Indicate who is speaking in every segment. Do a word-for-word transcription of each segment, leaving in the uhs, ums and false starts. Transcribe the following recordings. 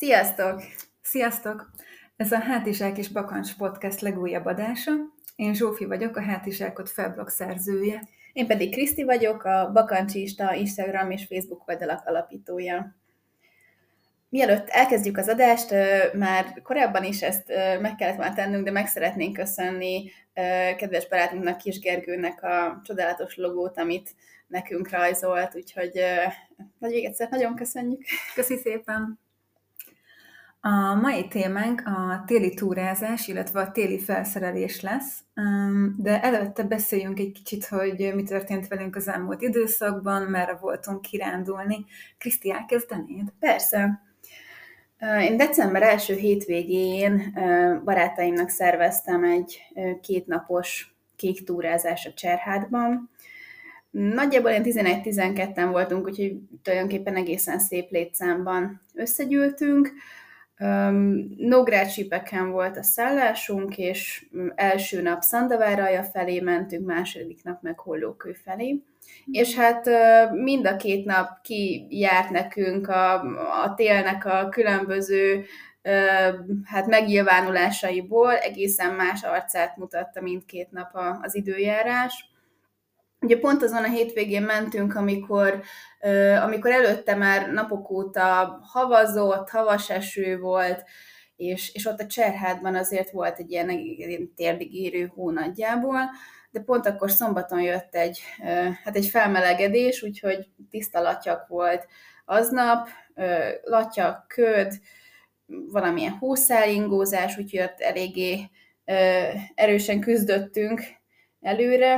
Speaker 1: Sziasztok!
Speaker 2: Sziasztok! Ez a Hátizsák és Bakancs Podcast legújabb adása. Én Zsófi vagyok, a Hátizsákot felblog szerzője.
Speaker 1: Én pedig Kriszti vagyok, a Bakancsista Instagram és Facebook oldalak alapítója. Mielőtt elkezdjük az adást, már korábban is ezt meg kellett volna tennünk, de meg szeretnénk köszönni kedves barátunknak, Kis Gergőnek a csodálatos logót, amit nekünk rajzolt, úgyhogy még egyszer nagyon köszönjük.
Speaker 2: Köszi szépen! A mai témánk a téli túrázás, illetve a téli felszerelés lesz, de előtte beszéljünk egy kicsit, hogy mi történt velünk az elmúlt időszakban, merre voltunk kirándulni. Kriszti, elkezdenéd?
Speaker 1: Persze! Én december első hétvégén barátaimnak szerveztem egy kétnapos kék túrázás a Cserhátban. Nagyjából ilyen tizenegy-tizenketten voltunk, úgyhogy tulajdonképpen egészen szép létszámban összegyűltünk. Nógrád-Sipeken volt a szállásunk, és első nap Szandaváralja felé mentünk, második nap meg Hollókő felé. És hát mind a két nap kijárt nekünk a, a télnek a különböző hát megnyilvánulásaiból, egészen más arcát mutatta mindkét nap az időjárás. Ugye pont azon a hétvégén mentünk, amikor, amikor előtte már napok óta havazott, havas eső volt, és, és ott a Cserhátban azért volt egy ilyen, ilyen térdig érő hó nagyjából, de pont akkor szombaton jött egy, hát egy felmelegedés, úgyhogy tiszta latyak volt aznap, latyak, köd, valamilyen hószálingózás, úgyhogy ott eléggé erősen küzdöttünk előre.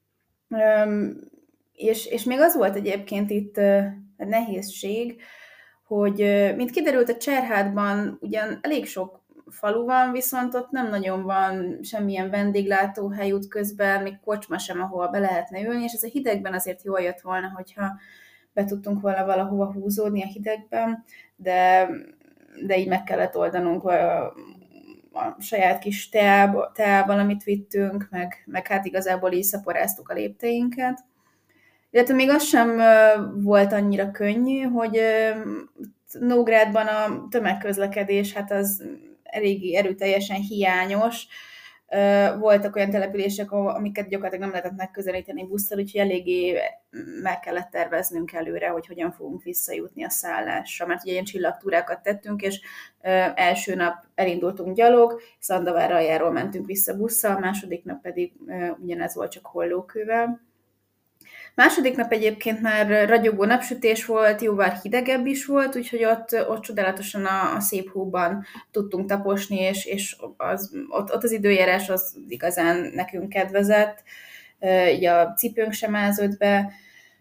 Speaker 1: És, és még az volt egyébként itt a nehézség, hogy mint kiderült, a Cserhátban ugyan elég sok falu van, viszont ott nem nagyon van semmilyen vendéglátóhely útközben, még kocsma sem, ahol be lehetne ülni, és ez a hidegben azért jól jött volna, hogyha be tudtunk volna valahova húzódni a hidegben, de, de így meg kellett oldanunk a, a saját kis teába, teában, amit vittünk, meg, meg hát igazából így szaporáztuk a lépteinket. Illetve még az sem volt annyira könnyű, hogy Nógrádban a tömegközlekedés, hát az eléggé erőteljesen hiányos. Voltak olyan települések, amiket gyakorlatilag nem lehetett megközelíteni busszal, úgyhogy eléggé meg kellett terveznünk előre, hogy hogyan fogunk visszajutni a szállásra. Mert ugye ilyen csillagtúrákat tettünk, és első nap elindultunk gyalog, Szandaváraljáról mentünk vissza busszal, második nap pedig ugyanez volt, csak Hollókővel. Második nap egyébként már ragyogó napsütés volt, jóval hidegebb is volt, úgyhogy ott, ott csodálatosan a, a szép hóban tudtunk taposni, és, és az, ott, ott az időjárás az igazán nekünk kedvezett, így a cipőnk sem ázott be.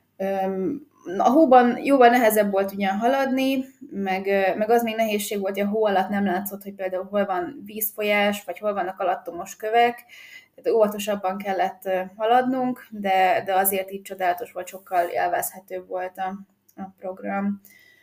Speaker 1: A hóban jóval nehezebb volt ugyan haladni, meg, meg az még nehézség volt, hogy a hó alatt nem látszott, hogy például hol van vízfolyás, vagy hol vannak alattomos kövek, tehát óvatosabban kellett haladnunk, de, de azért így csodálatos volt, sokkal élvezhetőbb volt a, a program.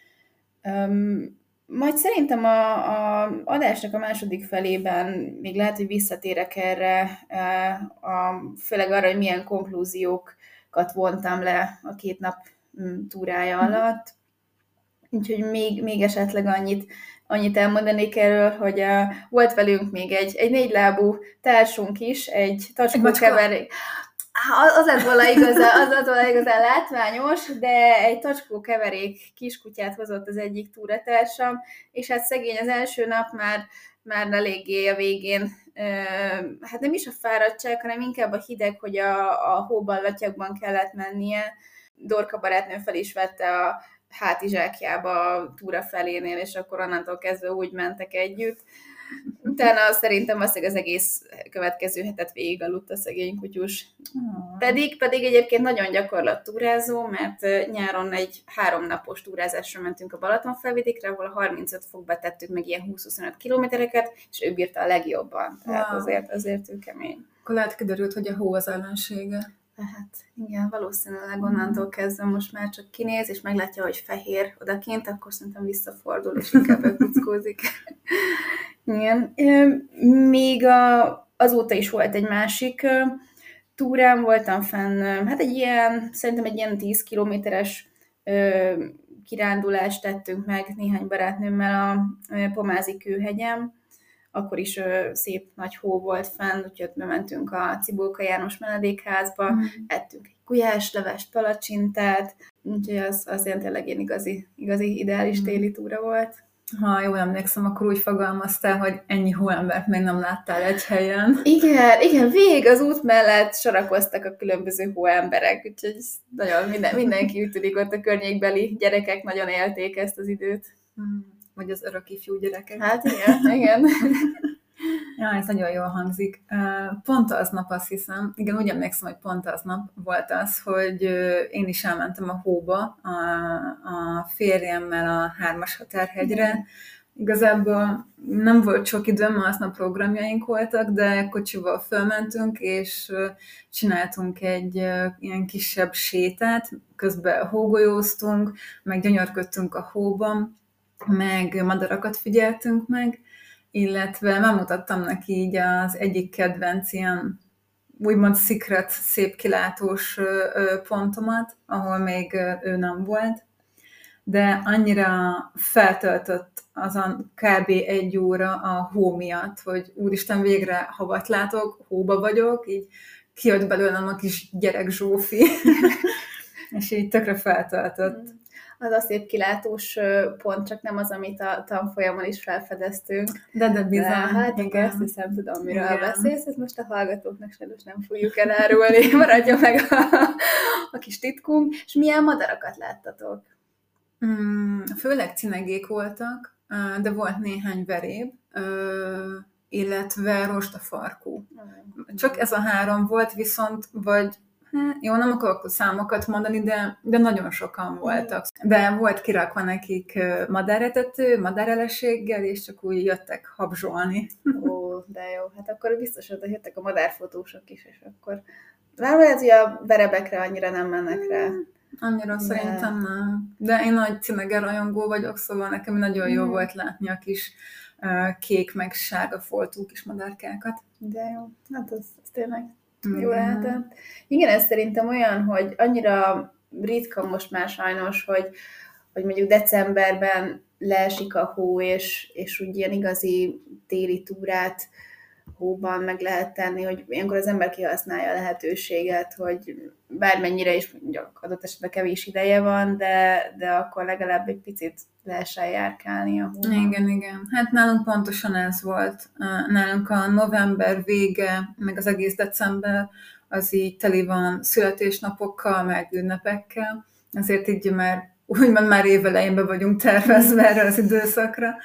Speaker 1: Um, majd szerintem a, a adásnak a második felében még lehet, hogy visszatérek erre, a, főleg arra, hogy milyen konklúziókat vontam le a két nap túrája alatt. Úgyhogy még, még esetleg annyit, annyit elmondanék erről, hogy uh, volt velünk még egy, egy négylábú társunk is, egy tacskókeverék. Az lett volna igazán, az lett volna igazán látványos, de egy tacskókeverék kiskutyát hozott az egyik túratársam, és hát szegény az első nap már, már eléggé a végén, uh, hát nem is a fáradtság, hanem inkább a hideg, hogy a, a hóban, latyakban kellett mennie. Dorka barátnő fel is vette a hátizsákjába a túra felénél, és akkor onnantól kezdve úgy mentek együtt. Utána szerintem azt az egész következő hetet végigaludt a szegény kutyus. Hmm. Pedig, pedig egyébként nagyon gyakorlat túrázó, mert nyáron egy háromnapos túrázásra mentünk a Balatonfelvidékre, ahol a harmincöt fokba tettük meg ilyen húsz-huszonöt kilométereket, és ő bírta a legjobban. Tehát wow. azért, azért ő kemény.
Speaker 2: Akkor lehet kiderült, hogy a hó az ellensége.
Speaker 1: Hát igen, valószínűleg onnantól kezdve most már csak kinéz, és meglátja, hogy fehér odakint, akkor szerintem visszafordul, és inkább bekuckózik. Igen. Még a, azóta is volt egy másik túrám, voltam fenn, hát egy ilyen, szerintem egy ilyen tíz kilométeres kirándulást tettünk meg néhány barátnőmmel a Pomázi kőhegyen, akkor is ö, szép nagy hó volt fenn, úgyhogy bementünk a Cibulka János menedékházba, mm. ettünk egy gulyáslevest, palacsintát, úgyhogy az, az ilyen tényleg ilyen igazi, igazi ideális mm. téli túra volt.
Speaker 2: Ha jól emlékszem, akkor úgy fogalmaztál, hogy ennyi hóembert még nem láttál egy helyen.
Speaker 1: Igen, igen, végig az út mellett sorakoztak a különböző hóemberek, úgyhogy nagyon minden, mindenki úgy tűnik, ott a környékbeli gyerekek nagyon élték ezt az időt.
Speaker 2: Hmm. Vagy az örök ifjú gyerekek.
Speaker 1: Hát igen, igen.
Speaker 2: Ja, ez nagyon jól hangzik. Pont aznap azt hiszem, igen, úgy emlékszem, hogy pont aznap volt az, hogy én is elmentem a hóba a, a férjemmel a Hármas Határhegyre. Mm. Igazából nem volt sok időm, aznap programjaink voltak, de kocsival fölmentünk, és csináltunk egy ilyen kisebb sétát, közben hógolyóztunk, meg gyönyörködtünk a hóban, meg madarakat figyeltünk meg, illetve megmutattam neki így az egyik kedvenc ilyen úgymond secret, szép kilátós pontomat, ahol még ő nem volt, de annyira feltöltött azon kb. Egy óra a hó miatt, hogy úristen, végre havat látok, hóba vagyok, így kijött belőlem a kis gyerek Zsófi, és így tökre feltöltött.
Speaker 1: Az a szép kilátós pont, csak nem az, amit a tanfolyamon is felfedeztünk.
Speaker 2: De, de bizony. De,
Speaker 1: hát igen, azt hiszem, tudom, miről igen. beszélsz, ezt most a hallgatóknak sajnos nem fogjuk elárulni, maradjon meg a, a kis titkunk. És milyen madarakat láttatok?
Speaker 2: Mm, főleg cinegék voltak, de volt néhány veréb, illetve rostafarkú. Csak ez a három volt, viszont vagy jó, nem akarok számokat mondani, de, de nagyon sokan voltak. De volt kirakva nekik madáretető, madárelességgel, és csak úgy jöttek habzsolni.
Speaker 1: Ó, de jó. Hát akkor biztos, hogy jöttek a madárfotósok is, és akkor már lehet, hogy a verebekre annyira nem mennek rá.
Speaker 2: Annyira de... szerintem nem. De én nagy cinege rajongó vagyok, szóval nekem nagyon jó mm. volt látni a kis uh, kék meg sárga foltú kis madárkákat.
Speaker 1: De jó, hát az, az tényleg jó lehetett. Igen, ez szerintem olyan, hogy annyira ritka most már sajnos, hogy, hogy mondjuk decemberben leesik a hó, és, és úgy ilyen igazi téli túrát hóban meg lehet tenni, hogy ilyenkor az ember kihasználja a lehetőséget, hogy bármennyire is mondjuk adott esetben kevés ideje van, de, de akkor legalább egy picit lehessen járkálni a hóban.
Speaker 2: Igen, igen. Hát nálunk pontosan ez volt. Nálunk a november vége, meg az egész december, az így teli van születésnapokkal, meg ünnepekkel. Azért így már úgymond már évelején be vagyunk tervezve erre az időszakra.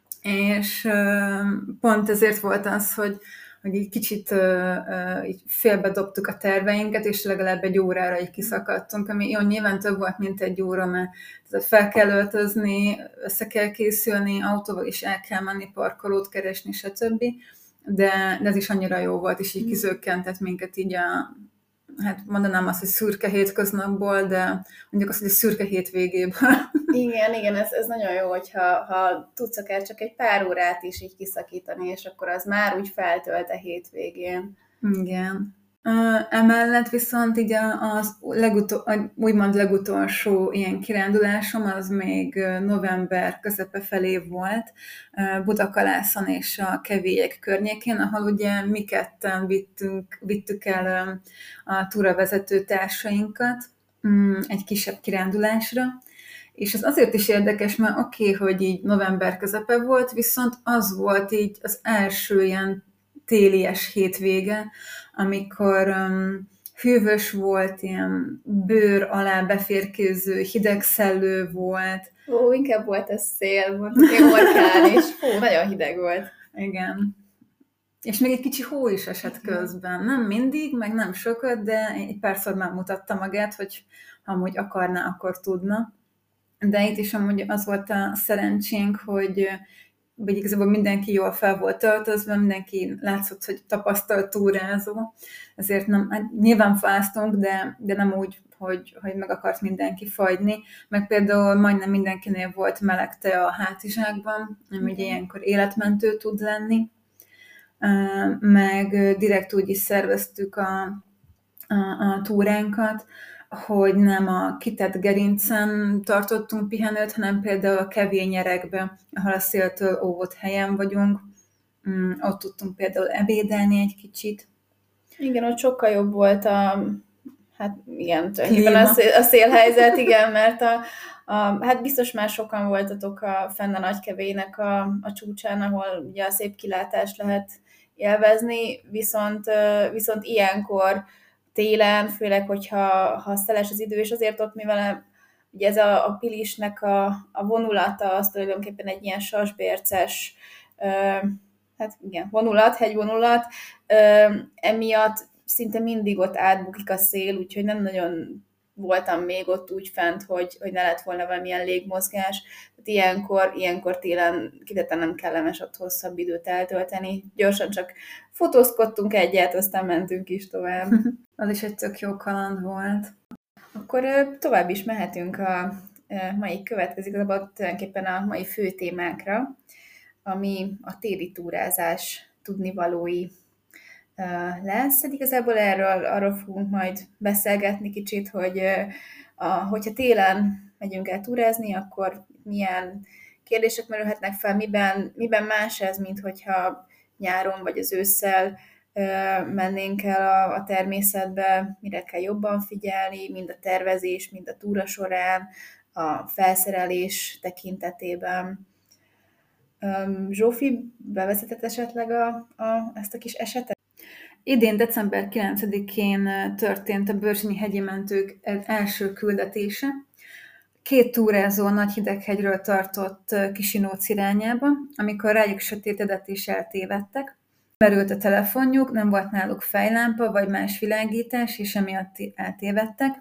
Speaker 2: És pont ezért volt az, hogy, hogy egy kicsit így félbedobtuk a terveinket, és legalább egy órára így kiszakadtunk, ami jó, nyilván több volt, mint egy óra, mert fel kell öltözni, össze kell készülni, autóval is el kell menni, parkolót keresni, stb. De, de ez is annyira jó volt, és így kizökkentett minket így a, hát mondanám azt, hogy szürke hétköznapból, de mondjuk azt, hogy a szürke hétvégéből.
Speaker 1: Igen, igen, ez, ez nagyon jó, hogyha ha tudsz akár csak egy pár órát is így kiszakítani, és akkor az már úgy feltölt a hétvégén.
Speaker 2: Igen. Emellett viszont így az legutol, úgymond legutolsó ilyen kirándulásom az még november közepe felé volt, Budakalászon és a Kevélyek környékén, ahol ugye mi ketten vittünk, vittük el a túravezető társainkat egy kisebb kirándulásra, és ez azért is érdekes, mert oké, okay, hogy így november közepe volt, viszont az volt így az első ilyen télies hétvége, amikor um, hűvös volt, ilyen bőr alá beférkőző, hideg szellő volt.
Speaker 1: Ó, inkább volt ez szél, volt egy orkán, és fú, nagyon hideg volt.
Speaker 2: Igen. És még egy kicsi hó is esett közben. Nem mindig, meg nem sokat, de egy párszor már mutatta magát, hogy ha amúgy akarná, akkor tudna. De itt is amúgy az volt a szerencsénk, hogy vagy igazából mindenki jól fel volt töltözve, mindenki látszott, hogy tapasztalt túrázó, ezért nem, hát nyilván fáztunk, de, de nem úgy, hogy, hogy meg akart mindenki fagyni, meg például majdnem mindenkinél volt meleg tea a hátizsákban, ami ugye ilyenkor életmentő tud lenni, meg direkt úgy is szerveztük a, a, a túránkat, hogy nem a kitett gerincen tartottunk pihenőt, hanem például a kevényerekbe, ahol a széltől óvott helyen vagyunk. Mm, ott tudtunk például ebédelni egy kicsit.
Speaker 1: Igen, ott sokkal jobb volt a, hát igen, tulajdonképpen a, szél, a szélhelyzet, igen, mert a, a, hát biztos már sokan voltatok a, fenn a Nagykevélynek a, a csúcsán, ahol ugye a szép kilátást lehet élvezni, viszont, viszont ilyenkor télen, főleg, hogyha ha szeles az idő, és azért ott, mivel ugye ez a, a Pilisnek a, a vonulata, az tulajdonképpen egy ilyen sasbérces, hát igen, vonulat, hegyvonulat, emiatt szinte mindig ott átbukik a szél, úgyhogy nem nagyon voltam még ott úgy fent, hogy, hogy ne lett volna valamilyen légmozgás. Tehát ilyenkor, ilyenkor télen kitetten nem kellemes ott hosszabb időt eltölteni. Gyorsan csak fotózkodtunk egyet, aztán mentünk is tovább.
Speaker 2: Az is egy tök jó kaland volt.
Speaker 1: Akkor tovább is mehetünk a mai következik, igazából tulajdonképpen a mai fő témánkra, ami a téli túrázás tudnivalói lesz. Igazából erről, arról fogunk majd beszélgetni kicsit, hogy a, hogyha télen megyünk el túrázni, akkor milyen kérdések merülhetnek fel, miben, miben más ez, mint hogyha nyáron vagy az ősszel mennénk el a, a természetbe, mire kell jobban figyelni, mind a tervezés, mind a túra során, a felszerelés tekintetében. Zsófi, bevezetett esetleg a, a, ezt a kis esetet?
Speaker 2: Idén december kilencedikén történt a Börzsönyi hegyi mentők első küldetése. Két túrázó Nagyhideghegyről tartott Kisinóc irányába, amikor rájuk sötétedett és eltévedtek. Merült a telefonjuk, nem volt náluk fejlámpa vagy más világítás, és emiatt eltévedtek.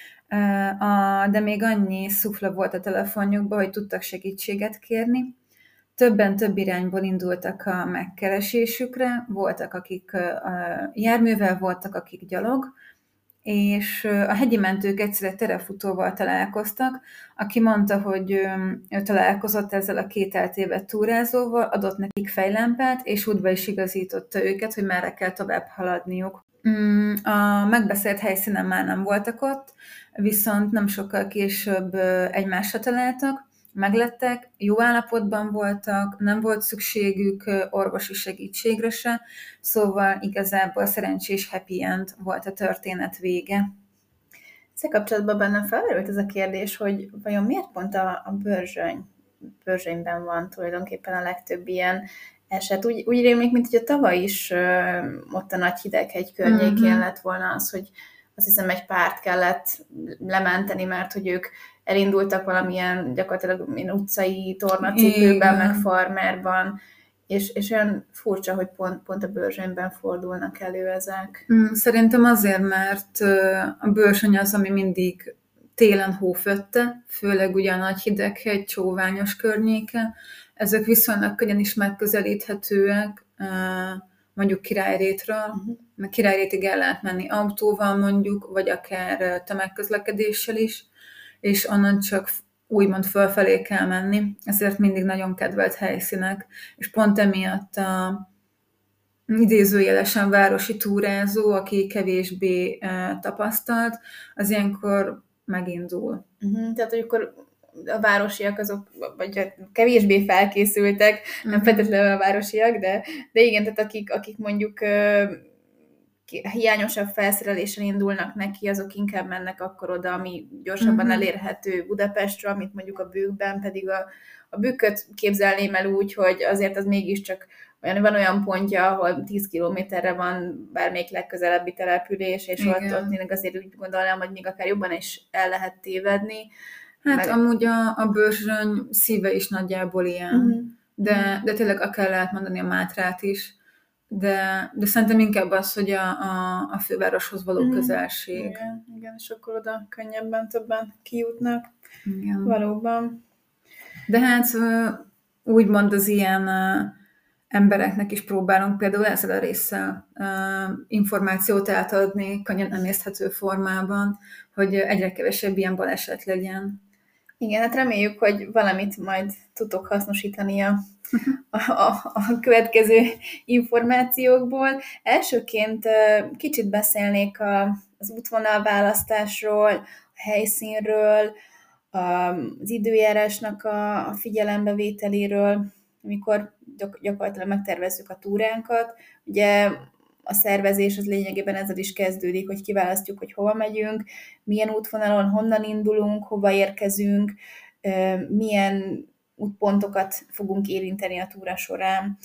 Speaker 2: De még annyi szufla volt a telefonjukban, hogy tudtak segítséget kérni. Többen több irányból indultak a megkeresésükre, voltak, akik járművel, voltak, akik gyalog, és a hegyi mentők egyszer egy terefutóval találkoztak, aki mondta, hogy ő találkozott ezzel a két eltévedt túrázóval, adott nekik fejlámpát, és útba is igazította őket, hogy merre kell tovább haladniuk. A megbeszélt helyszínen már nem voltak ott, viszont nem sokkal később egymásra találtak, meglettek, jó állapotban voltak, nem volt szükségük orvosi segítségre se, szóval igazából szerencsés happy end volt a történet vége.
Speaker 1: Ezzel kapcsolatban bennem felmerült ez a kérdés, hogy vajon miért pont a, a Börzsöny, Börzsönyben van tulajdonképpen a legtöbb ilyen eset. Úgy, úgy rémlik, mint hogy a tavaly is ö, ott a Nagyhideghegy környékén mm-hmm. lett volna az, hogy azt hiszem egy párt kellett lementeni, mert hogy ők elindultak valamilyen gyakorlatilag én utcai tornacipőben, meg farmerban, és, és olyan furcsa, hogy pont, pont a Börzsönyben fordulnak elő ezek.
Speaker 2: Szerintem azért, mert a Börzsöny az, ami mindig télen hófötte, főleg ugye a Nagyhideghegy, csóványos környéke. Ezek viszonylag könnyen is megközelíthetőek, mondjuk Királyrétről, uh-huh. meg Királyrétig el lehet menni autóval mondjuk, vagy akár tömegközlekedéssel is, és onnan csak úgymond fölfelé kell menni, ezért mindig nagyon kedvelt helyszínek, és pont emiatt a idézőjelesen városi túrázó, aki kevésbé e, tapasztalt, az ilyenkor megindul.
Speaker 1: Uh-huh. Tehát, hogy akkor a városiak azok, vagy kevésbé felkészültek, uh-huh. nem feltétlenül a városiak, de, de igen, tehát akik, akik mondjuk hiányosabb felszereléssel indulnak neki, azok inkább mennek akkor oda, ami gyorsabban uh-huh. elérhető Budapestről, amit mondjuk a Bükkben, pedig a, a Bükköt képzelném el úgy, hogy azért az mégiscsak olyan, van olyan pontja, ahol tíz kilométerre van bármelyik legközelebbi település, és ott, ott én azért úgy gondolnám, hogy még akár jobban is el lehet tévedni.
Speaker 2: Hát meg... amúgy a, a Börzsöny szíve is nagyjából ilyen, uh-huh. de, de tényleg akár lehet mondani a Mátrát is. De, de szerintem inkább az, hogy a, a, a fővároshoz való mm. közelség.
Speaker 1: Igen, igen, és akkor oda könnyebben többen kijutnak.
Speaker 2: Igen.
Speaker 1: Valóban.
Speaker 2: De hát úgymond az ilyen embereknek is próbálunk például ezzel a résszel információt átadni, könnyen emészthető formában, hogy egyre kevesebb ilyen baleset legyen.
Speaker 1: Igen, hát reméljük, hogy valamit majd tudok hasznosítani a A, a, a következő információkból. Elsőként kicsit beszélnék a, az az útvonal választásról, a helyszínről, az időjárásnak a, a figyelembevételéről, amikor gyak, gyakorlatilag megtervezzük a túránkat. Ugye a szervezés az lényegében ezzel is kezdődik, hogy kiválasztjuk, hogy hova megyünk, milyen útvonalon, honnan indulunk, hova érkezünk, milyen útpontokat fogunk érinteni a túra során.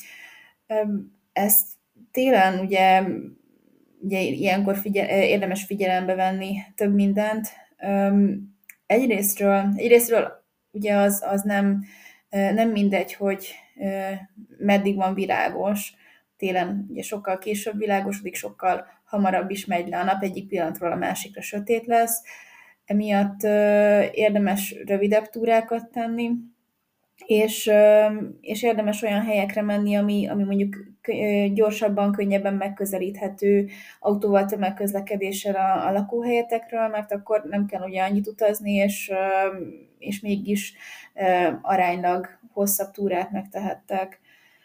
Speaker 1: Ezt télen ugye, ugye ilyenkor figyel, érdemes figyelembe venni több mindent. Egyrésztről, egyrésztről ugye az, az nem, nem mindegy, hogy meddig van világos. Télen ugye sokkal később világosodik, sokkal hamarabb is megy le a nap, egyik pillanatról a másikra sötét lesz. Emiatt érdemes rövidebb túrákat tenni, és, és érdemes olyan helyekre menni, ami, ami mondjuk gyorsabban, könnyebben megközelíthető autóval, tömegközlekedéssel a, a lakóhelyetekről, mert akkor nem kell ugye annyit utazni, és, és mégis aránylag hosszabb túrát megtehettek.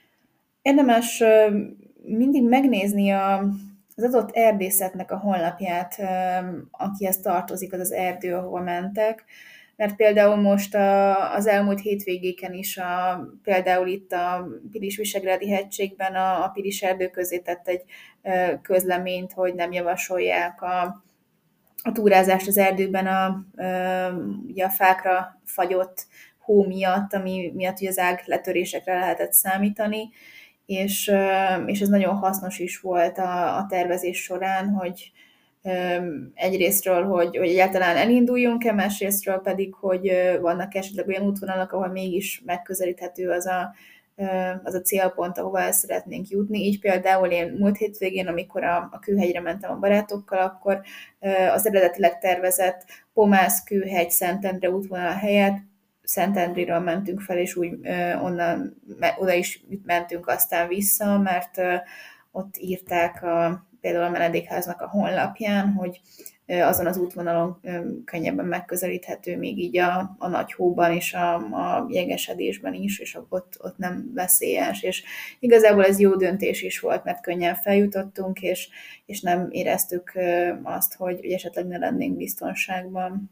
Speaker 1: Érdemes mindig megnézni a, az adott erdészetnek a honlapját, akihez tartozik az az erdő, ahova mentek, mert például most a, az elmúlt hétvégéken is, a, például itt a Pilis-Visegrádi hegységben a, a Pilis erdő közé tett egy közleményt, hogy nem javasolják a, a túrázást az erdőben a, ugye a fákra fagyott hó miatt, ami miatt ugye az ág letörésekre lehetett számítani, és, és ez nagyon hasznos is volt a, a tervezés során, hogy egyrésztről, hogy, hogy egyáltalán elinduljunk-e, másrésztről pedig, hogy vannak esetleg olyan útvonalak, ahol mégis megközelíthető az a, az a célpont, ahova el szeretnénk jutni. Így például én múlt hétvégén, amikor a, a Kőhegyre mentem a barátokkal, akkor az eredetileg tervezett Pomász-Kőhegy Szentendre útvonal helyett Szentendréről mentünk fel, és úgy onnan, oda is mentünk aztán vissza, mert ott írták a, például a menedékháznak a honlapján, hogy azon az útvonalon könnyebben megközelíthető még így a, a nagy hóban és a, a jegesedésben is, és ott, ott nem veszélyes. És igazából ez jó döntés is volt, mert könnyen feljutottunk, és, és nem éreztük azt, hogy, hogy esetleg ne lennénk biztonságban.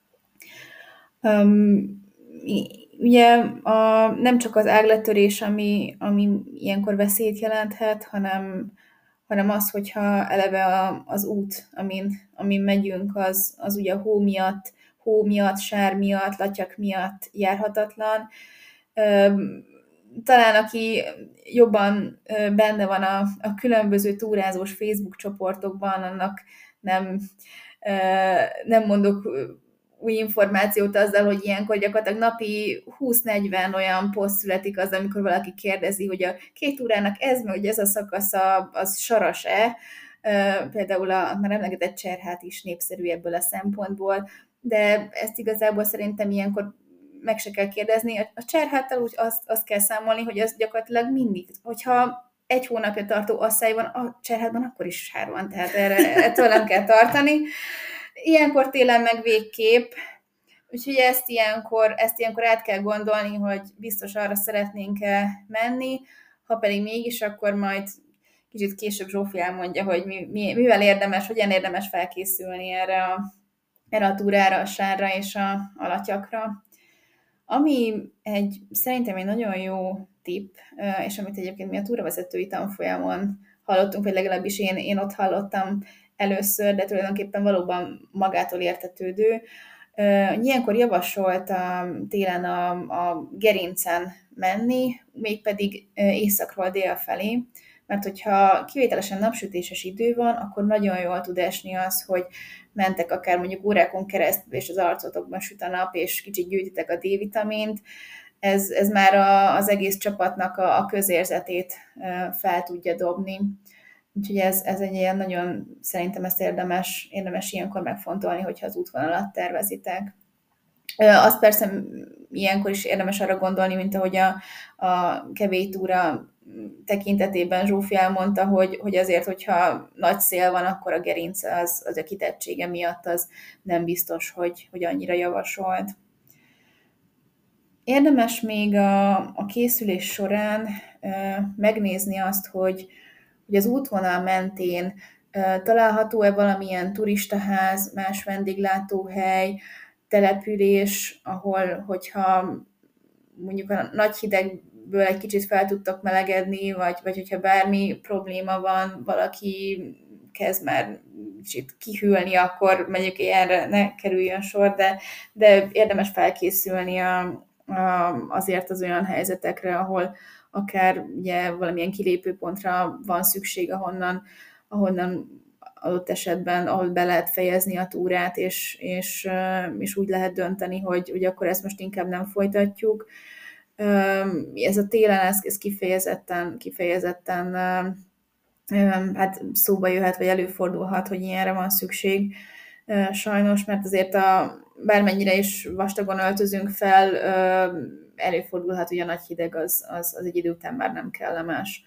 Speaker 1: Um, Ugye a, nem csak az ágletörés, ami, ami ilyenkor veszélyt jelenthet, hanem, hanem az, hogyha eleve a, az út, amin, amin megyünk, az, az ugye hó miatt, hó miatt, sár miatt, latyak miatt járhatatlan. Talán aki jobban benne van a, a különböző túrázós Facebook csoportokban, annak nem, nem mondok új információt azzal, hogy ilyenkor gyakorlatilag napi húsz-negyven olyan poszt születik az, amikor valaki kérdezi, hogy a két órának ez, meg hogy ez a szakasza, az saras-e. Például a már emlegetett Cserhát is népszerű ebből a szempontból, de ezt igazából szerintem ilyenkor meg se kell kérdezni. A Cserháttal úgy azt, azt kell számolni, hogy az gyakorlatilag mindig, hogyha egy hónapja tartó asszály van, a Cserhátban akkor is sár van, tehát erre, ettől nem kell tartani. Ilyenkor télen meg végképp, úgyhogy ezt ilyenkor, ezt ilyenkor át kell gondolni, hogy biztos arra szeretnénk-e menni, ha pedig mégis, akkor majd kicsit később Zsófi elmondja, hogy mi, mi, mivel érdemes, hogyan érdemes felkészülni erre a, erre a túrára, a sárra és a, a latyakra. Ami egy, szerintem egy nagyon jó tipp, és amit egyébként mi a túravezetői tanfolyamon hallottunk, vagy legalábbis én, én ott hallottam először, de tulajdonképpen valóban magától értetődő. Ilyenkor javasoltam télen a, a gerincen menni, mégpedig északról dél felé, mert hogyha kivételesen napsütéses idő van, akkor nagyon jól tud esni az, hogy mentek akár mondjuk órákon keresztül, és az arcotokban süt a nap, és kicsit gyűjtitek a D-vitamint. Ez, ez már a, az egész csapatnak a, a közérzetét fel tudja dobni. Úgyhogy ez, ez egy ilyen nagyon, szerintem ezt érdemes, érdemes ilyenkor megfontolni, hogyha az útvonalat tervezitek. Azt persze ilyenkor is érdemes arra gondolni, mint ahogy a, a kevély túra tekintetében Zsófi elmondta, hogy, hogy azért, hogyha nagy szél van, akkor a gerinc az, az a kitettsége miatt az nem biztos, hogy, hogy annyira javasolt. Érdemes még a, a készülés során megnézni azt, hogy hogy az útvonal mentén található-e valamilyen turistaház, más vendéglátóhely, település, ahol, hogyha mondjuk a nagy hidegből egy kicsit fel tudtok melegedni, vagy, vagy hogyha bármi probléma van, valaki kezd már kicsit kihűlni, akkor mondjuk erre ne kerüljön sor, de, de érdemes felkészülni a, a, azért az olyan helyzetekre, ahol akár ugye valamilyen kilépőpontra van szükség, ahonnan, ahonnan adott esetben, ahol be lehet fejezni a túrát, és, és, és úgy lehet dönteni, hogy, hogy akkor ezt most inkább nem folytatjuk. Ez a télen, ez, ez kifejezetten, kifejezetten hát szóba jöhet, vagy előfordulhat, hogy ilyenre van szükség sajnos, mert azért a, bármennyire is vastagon öltözünk fel, előfordulhat, hogy a nagy hideg az, az, az egy idő után már nem kellemes.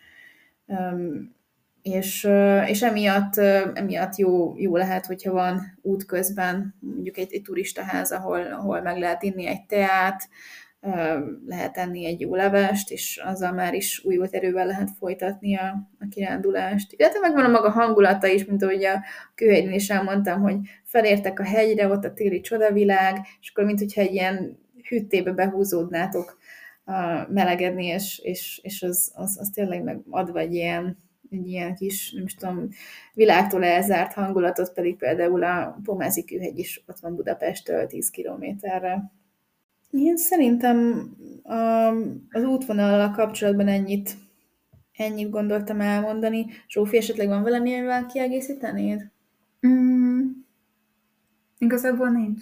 Speaker 1: És, és emiatt, emiatt jó, jó lehet, hogyha van útközben mondjuk egy, egy turistaház, ahol, ahol meg lehet inni egy teát, lehet enni egy jó levest, és azzal már is újult erővel lehet folytatni a, a kirándulást. Illetve megvan a maga hangulata is, mint ahogy a Kőhegyen is elmondtam, hogy felértek a hegyre, ott a téli csodavilág, és akkor mint hogyha egy ilyen hűtébe behúzódnátok melegedni, és, és, és az, az, az tényleg megadva egy ilyen, egy ilyen kis, nem is tudom, világtól elzárt hangulatot, pedig például a Pomázi Kőhegy is ott van Budapesttől tíz kilométerre. Én szerintem az útvonallal kapcsolatban ennyit, ennyit gondoltam elmondani. Zsófi, esetleg van valami, amivel kiegészítenéd?
Speaker 2: Mm, igazából nincs.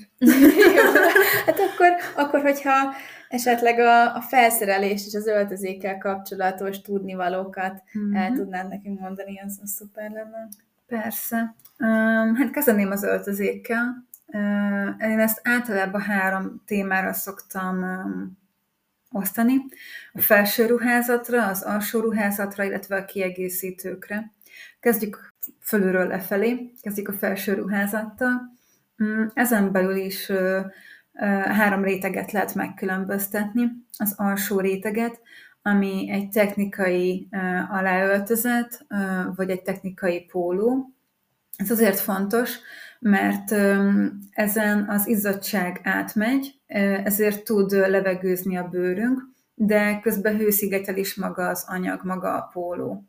Speaker 1: Hát akkor, akkor, hogyha esetleg a, a felszerelés és az öltözékkel kapcsolatos tudnivalókat mm-hmm. el tudnád nekünk mondani, az, az szuper lenne.
Speaker 2: Persze. Um, hát kezdeném az öltözékkel. Uh, én ezt általában három témára szoktam um, osztani. A felső ruházatra, az alsó ruházatra, illetve a kiegészítőkre. Kezdjük fölülről lefelé, kezdjük a felső ruházattal. Um, ezen belül is uh, uh, három réteget lehet megkülönböztetni. Az alsó réteget, ami egy technikai uh, aláöltözet, uh, vagy egy technikai póló. Ez azért fontos, mert ezen az izzadság átmegy, ezért tud levegőzni a bőrünk, de közben hőszigetel is maga az anyag, maga a póló.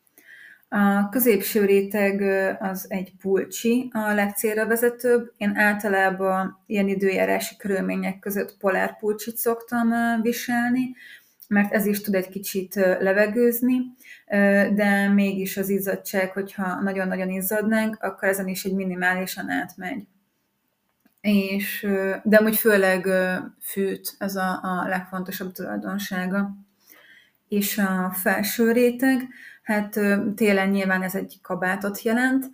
Speaker 2: A középső réteg az egy pulcsi, a legcélra vezetőbb. Én általában ilyen időjárási körülmények között polárpulcsit szoktam viselni, mert ez is tud egy kicsit levegőzni, de mégis az izzadság, hogyha nagyon-nagyon izzadnánk, akkor ezen is egy minimálisan átmegy. És, de amúgy főleg fűt, ez a, a legfontosabb tulajdonsága. És a felső réteg, hát télen nyilván ez egy kabátot jelent.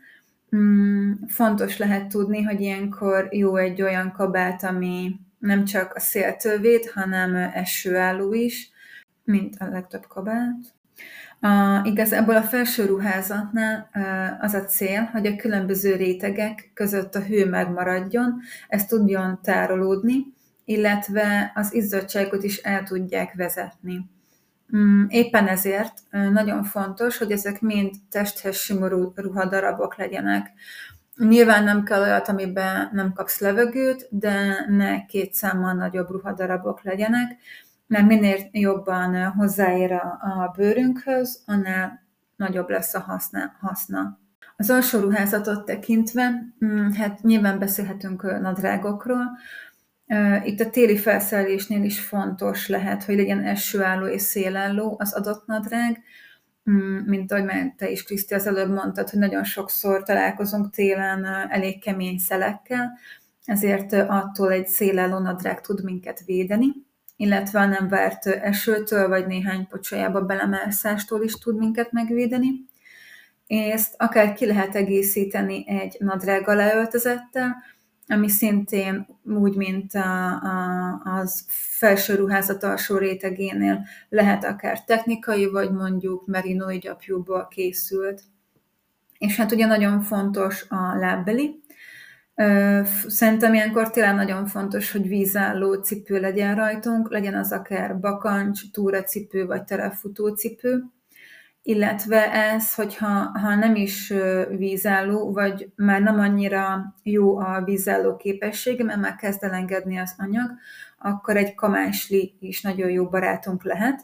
Speaker 2: Fontos lehet tudni, hogy ilyenkor jó egy olyan kabát, ami nem csak a széltől véd, hanem esőálló is, mint a legtöbb kabát. A, igazából a felső ruházatnál az a cél, hogy a különböző rétegek között a hő megmaradjon, ez tudjon tárolódni, illetve az izzadtságot is el tudják vezetni. Éppen ezért nagyon fontos, hogy ezek mind testhez simuló ruhadarabok legyenek. Nyilván nem kell olyat, amiben nem kapsz levegőt, de ne két számmal nagyobb ruhadarabok legyenek, mert minél jobban hozzáér a, a bőrünkhöz, annál nagyobb lesz a haszna. haszna. Az alsó ruházatot tekintve, hát nyilván beszélhetünk nadrágokról. Itt a téli felszerelésnél is fontos lehet, hogy legyen esőálló és szélálló az adott nadrág, mint ahogy már te is, Kriszti, az előbb mondtad, hogy nagyon sokszor találkozunk télen elég kemény szelekkel, ezért attól egy szélálló nadrág tud minket védeni, illetve a nem várt esőtől, vagy néhány pocsolyába belemászástól is tud minket megvédeni. Ezt akár ki lehet egészíteni egy nadrág aláöltözettel, ami szintén úgy, mint a, a, az felső ruházat alsó rétegénél lehet akár technikai, vagy mondjuk merinói gyapjúból készült. És hát ugye nagyon fontos a lábbeli. Szerintem ilyenkor tényleg nagyon fontos, hogy vízálló cipő legyen rajtunk, legyen az akár bakancs, túracipő vagy terepfutó cipő, illetve ez, hogyha ha nem is vízálló, vagy már nem annyira jó a vízálló képessége, mert már kezd elengedni az anyag, akkor egy kamásli is nagyon jó barátunk lehet.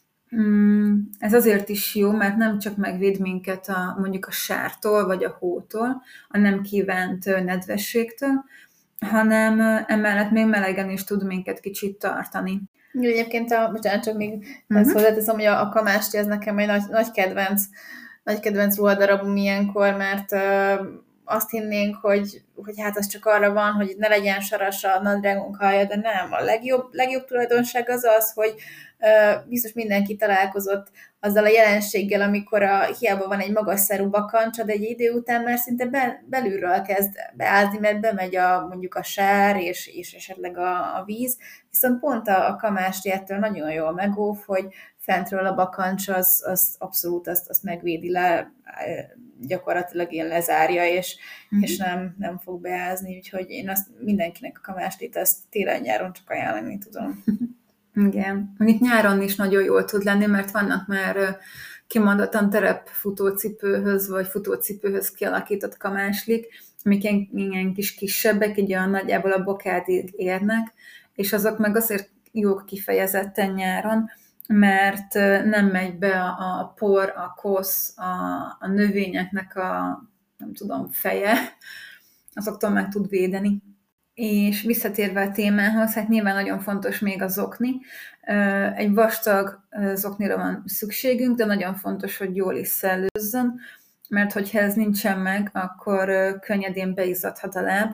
Speaker 2: Ez azért is jó, mert nem csak megvéd minket a, mondjuk a sártól, vagy a hótól, a nem kívánt nedvességtől, hanem emellett még melegen is tud minket kicsit tartani.
Speaker 1: Egyébként a, bocsánat, csak még uh-huh. ezt hozzáteszem, hogy a, a kamásti ez nekem egy nagy, nagy kedvenc, nagy kedvenc ruhadarabom ilyenkor, mert uh, azt hinnénk, hogy, hogy hát az csak arra van, hogy ne legyen saras a nadrágunk haja, de nem. A legjobb, legjobb tulajdonság az az, hogy uh, biztos mindenki találkozott azzal a jelenséggel, amikor a, hiába van egy magas szerú bakancsa, de egy idő után már szinte be, belülről kezd beázni, mert bemegy a, mondjuk a sár és, és esetleg a, a víz. Viszont pont a, a kamásti ettől nagyon jól megóv, hogy fentről a bakancs az, az abszolút azt, azt megvédi le, gyakorlatilag ilyen lezárja, és, mm-hmm. és nem, nem fog beázni, úgyhogy én azt mindenkinek a kamástit azt télen-nyáron csak ajánlani tudom.
Speaker 2: Igen. Mondjuk nyáron is nagyon jól tud lenni, mert vannak már kimondottan terepfutócipőhöz, vagy futócipőhöz kialakított kamáslik, amik ilyen, ilyen kis kisebbek, így a nagyjából a bokádig érnek, és azok meg azért jók kifejezetten nyáron, mert nem megy be a, a por, a kosz, a, a növényeknek a, nem tudom, feje, azoktól meg tud védeni. És visszatérve a témához, hát nyilván nagyon fontos még a zokni. Egy vastag zoknira van szükségünk, de nagyon fontos, hogy jól is szellőzzön, mert hogyha ez nincsen meg, akkor könnyedén beizzadhat a láb,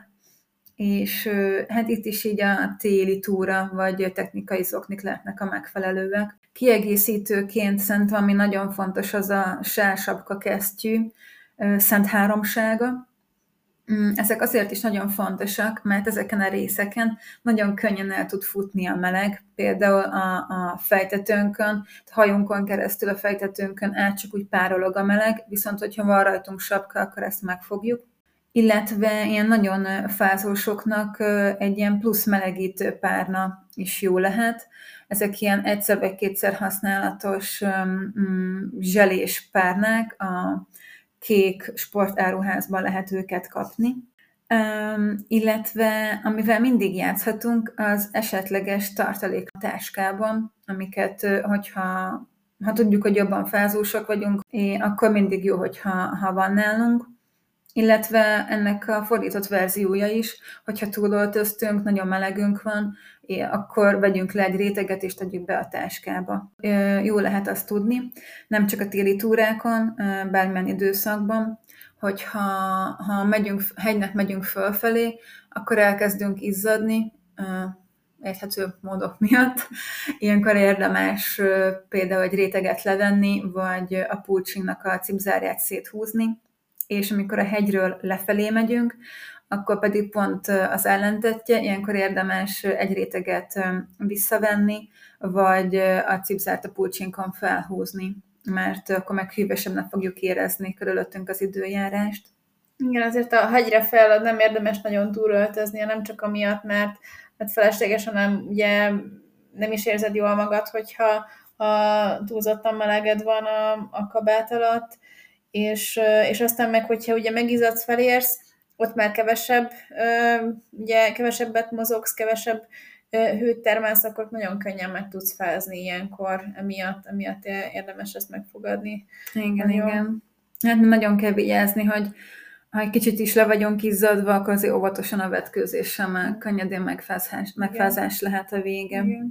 Speaker 2: és hát itt is így a téli túra, vagy technikai zoknik lehetnek a megfelelőek. Kiegészítőként szerintem, ami nagyon fontos, az a sársapka kesztyű, szent háromsága. Ezek azért is nagyon fontosak, mert ezeken a részeken nagyon könnyen el tud futni a meleg, például a, a fejtetőnkön, a hajunkon keresztül a fejtetőnkön át csak úgy párolog a meleg, viszont hogyha van rajtunk sapka, akkor ezt megfogjuk. Illetve ilyen nagyon fázósoknak egy ilyen plusz melegítő párna is jó lehet. Ezek ilyen egyszer vagy kétszer használatos um, zselés párnák, a kék sportáruházban lehet őket kapni. Um, illetve amivel mindig játszhatunk, az esetleges tartalék a táskában, amiket, hogyha ha tudjuk, hogy jobban fázósok vagyunk, akkor mindig jó, hogyha ha van nálunk. Illetve ennek a fordított verziója is, hogyha túlöltöztünk, nagyon melegünk van, akkor vegyünk le egy réteget és tegyük be a táskába. Jó lehet azt tudni, nem csak a téli túrákon, bármilyen időszakban, hogyha ha megyünk, hegynek megyünk fölfelé, akkor elkezdünk izzadni, érthető módok miatt. Ilyenkor érdemes például egy réteget levenni, vagy a pulcsinak a cipzárját széthúzni, és amikor a hegyről lefelé megyünk, akkor pedig pont az ellentetje, ilyenkor érdemes egy réteget visszavenni, vagy a cipzárt a pulcsinkon felhúzni, mert akkor meg hűvösebbnek fogjuk érezni körülöttünk az időjárást.
Speaker 1: Igen, azért a hegyre fel nem érdemes nagyon túlöltözni, nem csak amiatt, mert, mert felesleges, hanem ugye nem is érzed jól magad, hogyha ha túlzottan meleged van a, a kabát alatt, és, és aztán meg, hogyha ugye megizzadsz, felérsz, ott már kevesebb, ugye kevesebbet mozogsz, kevesebb hőt termelsz, akkor nagyon könnyen meg tudsz fázni ilyenkor, emiatt, emiatt érdemes ezt megfogadni.
Speaker 2: Igen, nagyon. Igen. Hát nagyon kell vigyázni, hogy ha egy kicsit is le vagyunk izzadva, akkor azért óvatosan a vetkőzéssel már könnyedén megfázás, megfázás lehet a vége. Igen.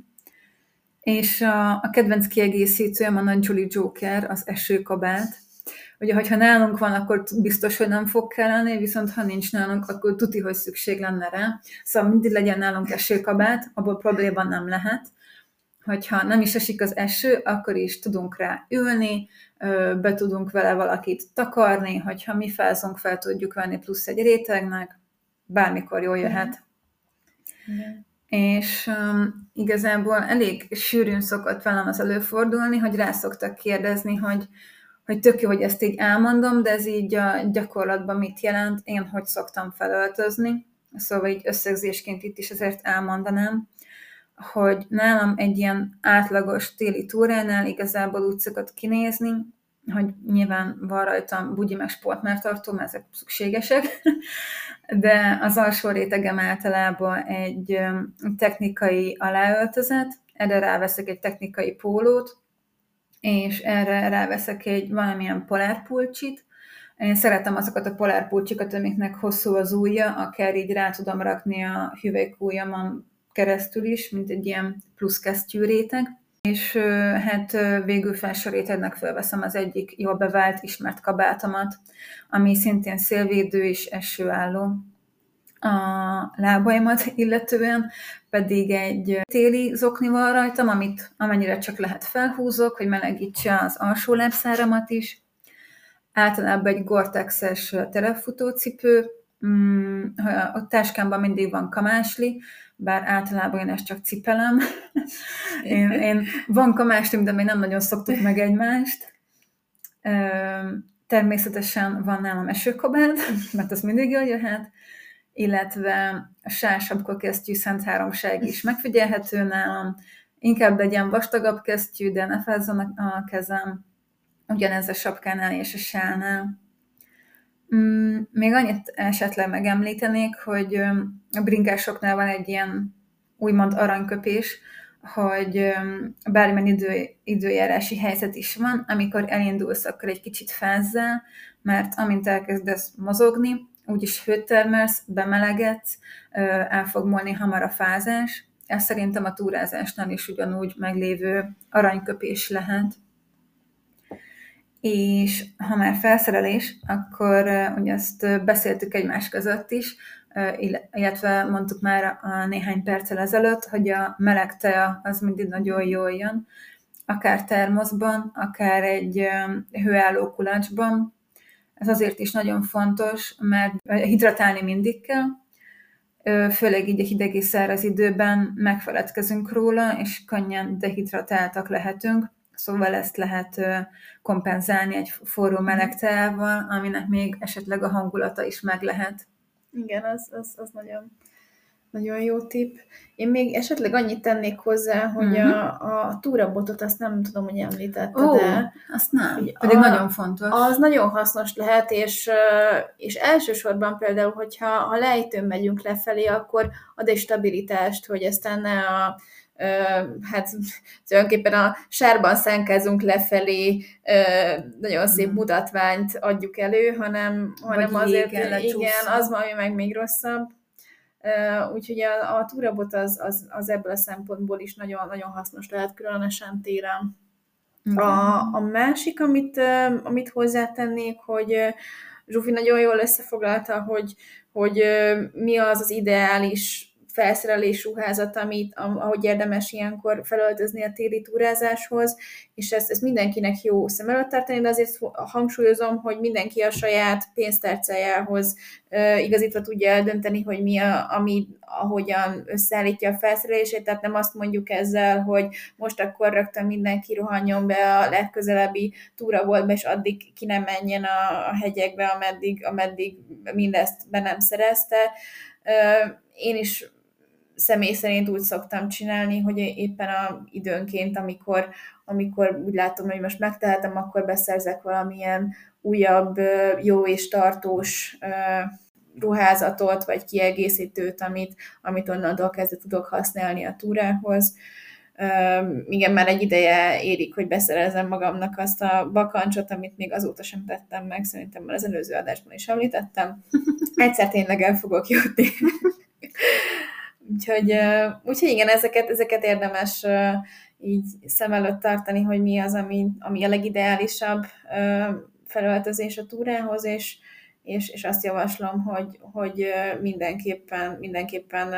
Speaker 2: És a, a kedvenc kiegészítőm a nagy Julie Joker, az esőkabát. Ugye, hogyha nálunk van, akkor biztos, hogy nem fog kelleni, viszont ha nincs nálunk, akkor tuti, hogy szükség lenne rá. Szóval mindig legyen nálunk esőkabát, abból probléma nem lehet. Hogyha nem is esik az eső, akkor is tudunk rá ülni, be tudunk vele valakit takarni, hogyha mi fázunk, fel tudjuk venni plusz egy rétegnek, bármikor jól jöhet. Mm. És um, igazából elég sűrűn szokott velem az előfordulni, hogy rá szoktak kérdezni, hogy hogy tök jó, hogy ezt így elmondom, de ez így a gyakorlatban mit jelent, én hogy szoktam felöltözni. Szóval így összegzésként itt is azért elmondanám, hogy nálam egy ilyen átlagos téli túránál igazából úgy szokott kinézni, hogy nyilván van rajtam bugyi meg sportmártartó, mert ezek szükségesek, de az alsó rétegem általában egy technikai aláöltözet, erre ráveszek egy technikai pólót, és erre ráveszek egy valamilyen polárpulcsit. Én szeretem azokat a polárpulcsikat, amiknek hosszú az ujja, akár így rá tudom rakni a hüvelykujjamon keresztül is, mint egy ilyen plusz kesztyűréteg. És hát végül felső rétegnek felveszem az egyik jól bevált, ismert kabátomat, ami szintén szélvédő és esőálló. A lábaimat illetően pedig egy téli zokni van rajtam, amit amennyire csak lehet felhúzok, hogy melegítse az alsó lábszáramat is. Általában egy Gore-Tex-es terepfutócipő, a táskámban mindig van kamásli, bár általában én ezt csak cipelem. Én, én van kamáslim, de még nem nagyon szoktuk meg egymást. Természetesen van nálam esőkabát, mert az mindig jól jöhet, illetve a sársabkor kesztyű Szent Háromság is megfigyelhető nálam. Inkább legyen vastagabb kesztyű, de ne fázzon a kezem. Ugyanez a sapkánál és a sálnál. Még annyit esetleg megemlítenék, hogy a bringásoknál van egy ilyen úgymond aranyköpés, hogy bármilyen idő, időjárási helyzet is van, amikor elindulsz, akkor egy kicsit fázzál, mert amint elkezdesz mozogni, úgyis hőt termelsz, bemelegedsz, el fog múlni hamar a fázás. Ez szerintem a túrázásnál is ugyanúgy meglévő aranyköpés lehet. És ha már felszerelés, akkor ugye ezt beszéltük egymás között is, illetve mondtuk már a néhány perccel ezelőtt, hogy a meleg tea az mindig nagyon jól jön, akár termoszban, akár egy hőálló kulacsban. Ez azért is nagyon fontos, mert hidratálni mindig kell, főleg így a hideg és száraz időben megfeledkezünk róla, és könnyen dehidratáltak lehetünk. Szóval ezt lehet kompenzálni egy forró meleg teával, aminek még esetleg a hangulata is meg lehet.
Speaker 1: Igen, az, az, az nagyon, nagyon jó tipp. Én még esetleg annyit tennék hozzá, hogy uh-huh. a, a túrabotot azt nem tudom, hogy említetted
Speaker 2: Ó,
Speaker 1: el.
Speaker 2: Azt nem, pedig a, nagyon fontos.
Speaker 1: Az nagyon hasznos lehet, és, és elsősorban például, hogyha ha lejtőn megyünk lefelé, akkor ad egy stabilitást, hogy aztán ne a Uh, hát tulajdonképpen a sárban szánkázunk lefelé, uh, nagyon szép mutatványt adjuk elő, hanem, hanem azért, igen, az valami meg még rosszabb. Uh, úgyhogy a, a túrabot az, az, az ebből a szempontból is nagyon, nagyon hasznos lehet, különösen télen. A, a másik, amit, uh, amit hozzátennék, hogy uh, Zsófi nagyon jól összefoglalta, hogy, hogy uh, mi az az ideális felszerelés, ruházat, amit, ahogy érdemes ilyenkor felöltözni a téli túrázáshoz, és ezt, ezt mindenkinek jó szem előtt tartani, de azért hangsúlyozom, hogy mindenki a saját pénztárcájához uh, igazítva tudja eldönteni, hogy mi a, ami, ahogyan összeállítja a felszerelését, tehát nem azt mondjuk ezzel, hogy most akkor rögtön mindenki rohanjon be a legközelebbi túraboltba, és addig ki nem menjen a, a hegyekbe, ameddig, ameddig mindezt be nem szerezte. Uh, én is személy szerint úgy szoktam csinálni, hogy éppen a időnként, amikor, amikor úgy látom, hogy most megtehetem, akkor beszerzek valamilyen újabb, jó és tartós ruházatot, vagy kiegészítőt, amit, amit onnantól kezdve tudok használni a túrához. Igen, már egy ideje érik, hogy beszerezem magamnak azt a bakancsot, amit még azóta sem tettem meg, szerintem már az előző adásban is említettem. Egyszer tényleg el fogok jutni. Úgyhogy, úgyhogy igen, ezeket, ezeket érdemes így szem előtt tartani, hogy mi az, ami, ami a legideálisabb felöltözés a túrához, és, és, és azt javaslom, hogy, hogy mindenképpen, mindenképpen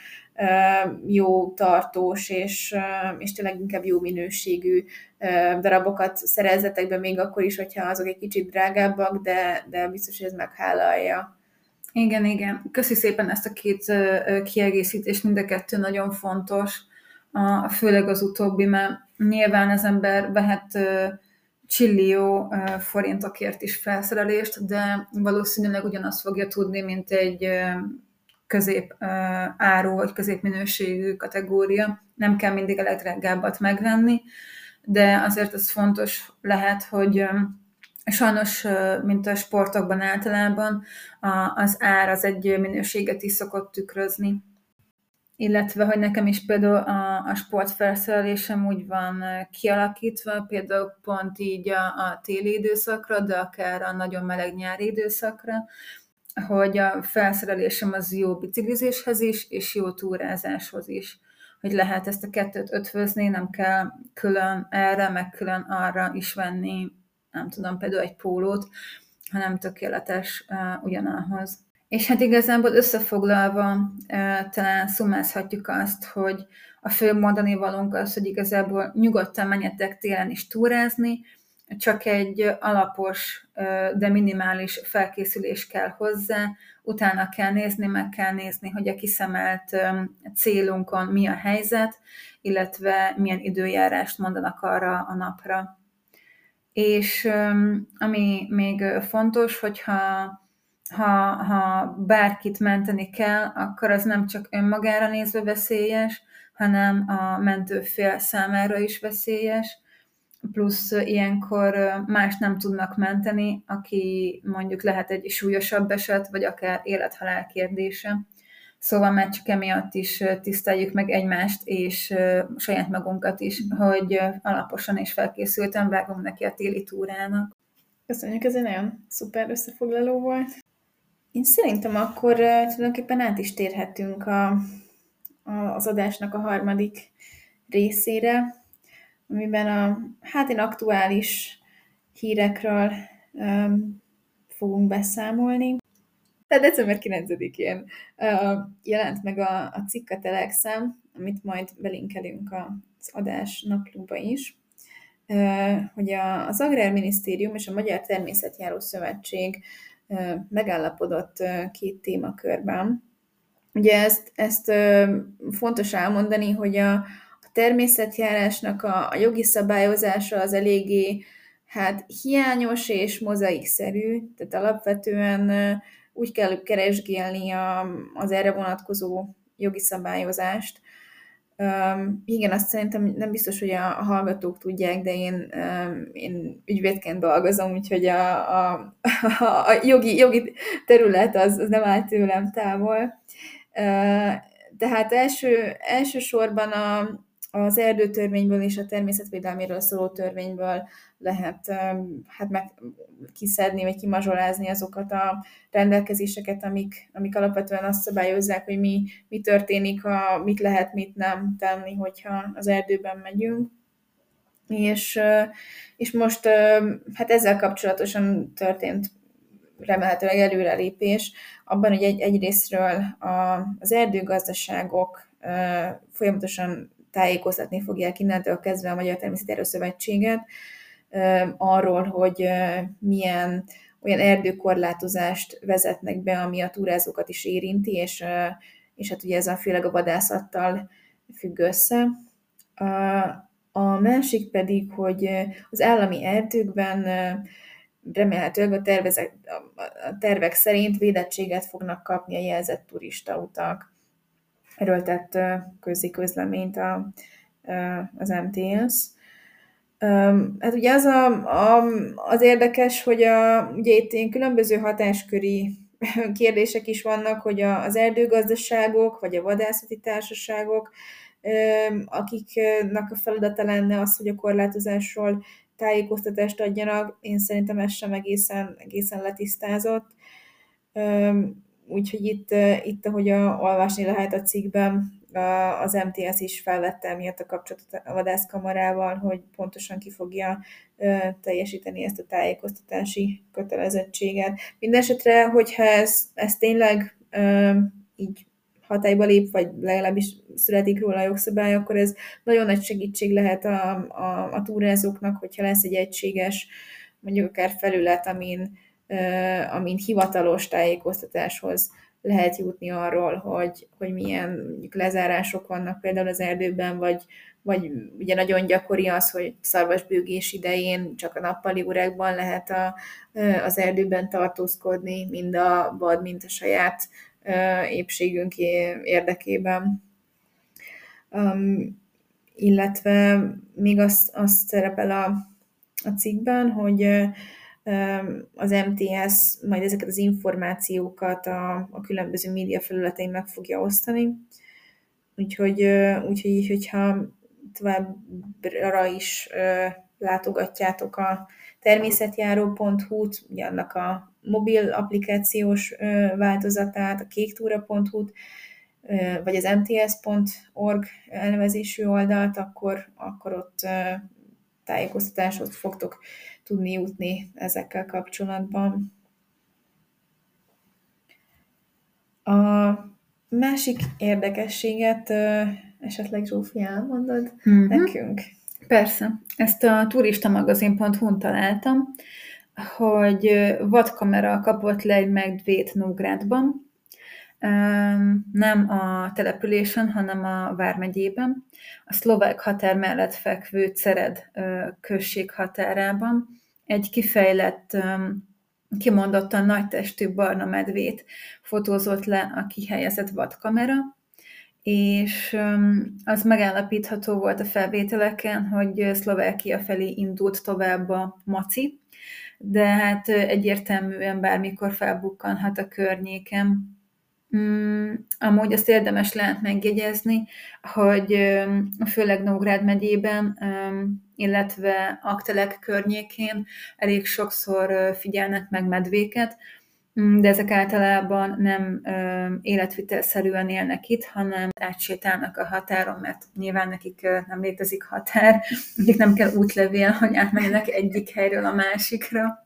Speaker 1: jó, tartós, és, és tényleg inkább jó minőségű darabokat szerezzetek be, még akkor is, hogyha azok egy kicsit drágábbak, de, de biztos, hogy ez meghálálja.
Speaker 2: Igen, igen. Köszi szépen ezt a két kiegészítést, mind a kettő nagyon fontos, a, főleg az utóbbi, mert nyilván az ember vehet csillió forintokért is felszerelést, de valószínűleg ugyanazt fogja tudni, mint egy közép áru vagy középminőségű kategória. Nem kell mindig a legdrágábbat megvenni, de azért ez fontos lehet, hogy Sajnos, mint a sportokban általában, az ár az egy minőséget is szokott tükrözni. Illetve, hogy nekem is például a, a sportfelszerelésem úgy van kialakítva, például pont így a, a téli időszakra, de akár a nagyon meleg nyári időszakra, hogy a felszerelésem az jó biciklizéshez is, és jó túrázáshoz is. Hogy lehet ezt a kettőt ötvözni, nem kell külön erre, meg külön arra is venni, nem tudom, például egy pólót, hanem tökéletes uh, ugyanahhoz. És hát igazából összefoglalva talán szumázhatjuk azt, hogy a fő mondani valónk az, hogy igazából nyugodtan menjetek télen is túrázni, csak egy alapos, de minimális felkészülés kell hozzá, utána kell nézni, meg kell nézni, hogy a kiszemelt célunkon mi a helyzet, illetve milyen időjárást mondanak arra a napra. És ami még fontos, hogyha ha, ha bárkit menteni kell, akkor az nem csak önmagára nézve veszélyes, hanem a mentőfél számára is veszélyes, plusz ilyenkor más nem tudnak menteni, aki mondjuk lehet egy súlyosabb eset, vagy akár élethalál kérdése. Szóval már csak emiatt is tiszteljük meg egymást, és saját magunkat is, hogy alaposan és felkészülten vágunk neki a téli túrának.
Speaker 1: Köszönjük, ez egy nagyon szuper összefoglaló volt. Én szerintem akkor tulajdonképpen át is térhetünk a, a, az adásnak a harmadik részére, amiben a hát én aktuális hírekről um, fogunk beszámolni. Tehát december kilencedikén uh, jelent meg a, a cikk a Telexen, amit majd belinkelünk az adás naplóba is, uh, hogy a, az Agrárminisztérium és a Magyar Természetjáró Szövetség uh, megállapodott uh, két témakörben. Ugye ezt, ezt uh, fontos elmondani, hogy a, a természetjárásnak a, a jogi szabályozása az eléggé hát hiányos és mozaikszerű, tehát alapvetően uh, úgy kell keresgélni a, az erre vonatkozó jogi szabályozást. Um, igen, azt szerintem nem biztos, hogy a, a hallgatók tudják, de én, um, én ügyvédként dolgozom, úgyhogy a, a, a jogi, jogi terület az, az nem áll tőlem távol. Uh, tehát első, elsősorban a, az erdőtörvényből és a természetvédelméről szóló törvényből lehet um, hát meg kiszedni, vagy kimazsolázni azokat a rendelkezéseket, amik, amik alapvetően azt szabályozzák, hogy mi, mi történik, ha, mit lehet, mit nem tenni, hogyha az erdőben megyünk. És, és most hát ezzel kapcsolatosan történt remélhetőleg előrelépés abban, hogy egy, egyrésztről a, az erdőgazdaságok folyamatosan tájékoztatni fogják innentől kezdve a Magyar Természetjáró Szövetséget arról, hogy milyen olyan erdőkorlátozást vezetnek be, ami a túrázókat is érinti, és, és hát ugye ez a főleg a vadászattal függ össze. A, a másik pedig, hogy az állami erdőkben remélhetőleg a, tervezek, a tervek szerint védettséget fognak kapni a jelzett turistautak. Erről tett közzé közleményt a, az em té es. Hát ugye az a, a, az érdekes, hogy a, ugye itt ilyen különböző hatásköri kérdések is vannak, hogy a, az erdőgazdaságok, vagy a vadászati társaságok, akiknek a feladata lenne az, hogy a korlátozásról tájékoztatást adjanak, én szerintem ez sem egészen, egészen letisztázott. Úgyhogy itt, itt ahogy a, olvasni lehet a cikkben, az em té es is felvette emiatt a kapcsolatot a vadászkamarával, hogy pontosan ki fogja teljesíteni ezt a tájékoztatási kötelezettséget. Mindenesetre, hogyha ez, ez tényleg így hatályba lép, vagy legalábbis születik róla a jogszabály, akkor ez nagyon nagy segítség lehet a, a, a túrázóknak, hogyha lesz egy egységes, mondjuk akár felület, amin, amin hivatalos tájékoztatáshoz lehet jutni arról, hogy, hogy milyen mondjuk lezárások vannak például az erdőben, vagy, vagy ugye nagyon gyakori az, hogy szarvasbőgés idején csak a nappali órákban lehet a, az erdőben tartózkodni, mind a vad, mind a saját épségünk érdekében. Um, illetve még azt, azt szerepel a, a cikkben, hogy az em té es majd ezeket az információkat a, a különböző média felületein meg fogja osztani. Úgyhogy, úgyhogy hogyha továbbra is látogatjátok a természetjáró pont hu-t, ugye annak a mobil applikációs változatát, a kéktúra pont hu-t, vagy az em té es pont org elnevezésű oldalt, akkor, akkor ott tájékoztatásot fogtok tudni jutni ezekkel kapcsolatban. A másik érdekességet esetleg Zsófi elmondod mm-hmm. nekünk?
Speaker 2: Persze. Ezt a turistamagazin pont hu-n találtam, hogy vadkamera kapott le egy medvét Nógrádban, nem a településen, hanem a vármegyében, a szlovák határ mellett fekvő Cered község határában egy kifejlett, kimondottan nagy testű barna medvét fotózott le a kihelyezett vadkamera, és az megállapítható volt a felvételeken, hogy Szlovákia felé indult tovább a maci, de hát egyértelműen bármikor felbukkanhat a környéken. Mm, amúgy azt érdemes lehet megjegyezni, hogy főleg Nógrád megyében, illetve Aktelek környékén elég sokszor figyelnek meg medvéket, de ezek általában nem életvitelszerűen élnek itt, hanem átsétálnak a határon, mert nyilván nekik nem létezik határ, nekik nem kell útlevél, hogy átmenjenek egyik helyről a másikra,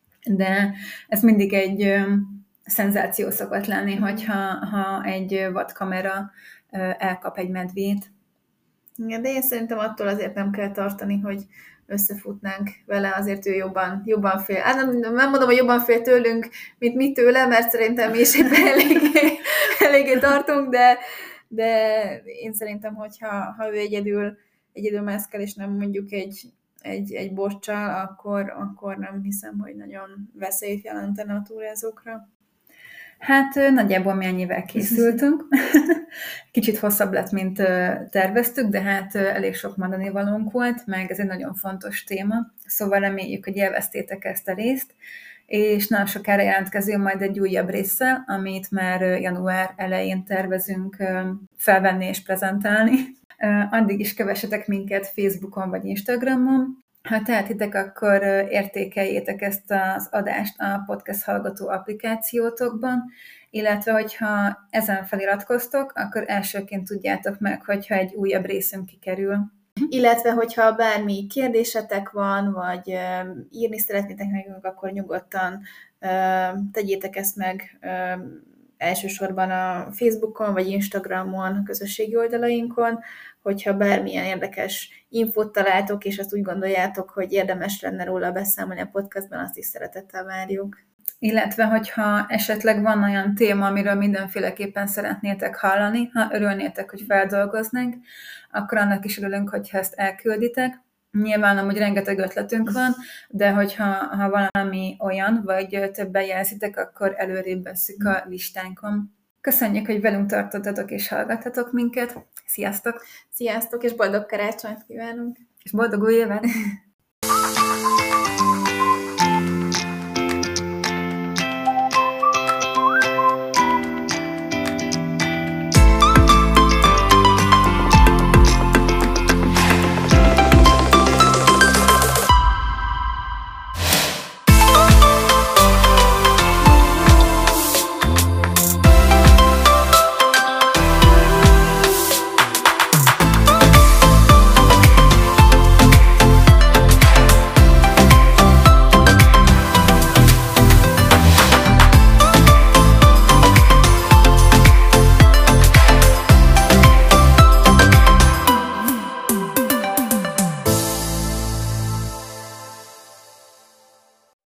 Speaker 2: de ez mindig egy szenzáció szokott lenni, hogyha ha egy vadkamera elkap egy medvét.
Speaker 1: Igen, de én szerintem attól azért nem kell tartani, hogy összefutnánk vele, azért ő jobban, jobban fél. Hát nem, nem mondom, hogy jobban fél tőlünk, mint mi tőle, mert szerintem mi is éppen eléggé, eléggé tartunk, de, de én szerintem, hogyha ha ő egyedül, egyedül mászkál, és nem mondjuk egy, egy, egy bocsal, akkor, akkor nem hiszem, hogy nagyon veszélyt jelentene a túrázókra.
Speaker 2: Hát nagyjából mi ennyivel készültünk. Kicsit hosszabb lett, mint terveztük, de hát elég sok mondani valónk volt, meg ez egy nagyon fontos téma. Szóval reméljük, hogy élveztétek ezt a részt, és nagyon sokára jelentkezünk majd egy újabb résszel, amit már január elején tervezünk felvenni és prezentálni. Addig is kövessetek minket Facebookon vagy Instagramon. Ha tehetitek, akkor értékeljétek ezt az adást a podcast hallgató applikációtokban, illetve hogyha ezen feliratkoztok, akkor elsőként tudjátok meg, hogyha egy újabb részünk kikerül.
Speaker 1: Illetve, hogyha bármi kérdésetek van, vagy írni szeretnétek nekünk, akkor nyugodtan tegyétek ezt meg elsősorban a Facebookon, vagy Instagramon, a közösségi oldalainkon, hogyha bármilyen érdekes infót találtok, és azt úgy gondoljátok, hogy érdemes lenne róla beszámolni a podcastban, azt is szeretettel várjuk.
Speaker 2: Illetve, hogyha esetleg van olyan téma, amiről mindenféleképpen szeretnétek hallani, ha örülnétek, hogy feldolgoznánk, akkor annak is örülünk, hogyha ezt elkülditek. Nyilván amúgy rengeteg ötletünk van, de hogyha ha valami olyan, vagy többen jelzitek, akkor előrébb veszük a listánkon. Köszönjük, hogy velünk tartottatok és hallgattatok minket. Sziasztok!
Speaker 1: Sziasztok, és boldog karácsonyt kívánunk!
Speaker 2: És boldog új évet!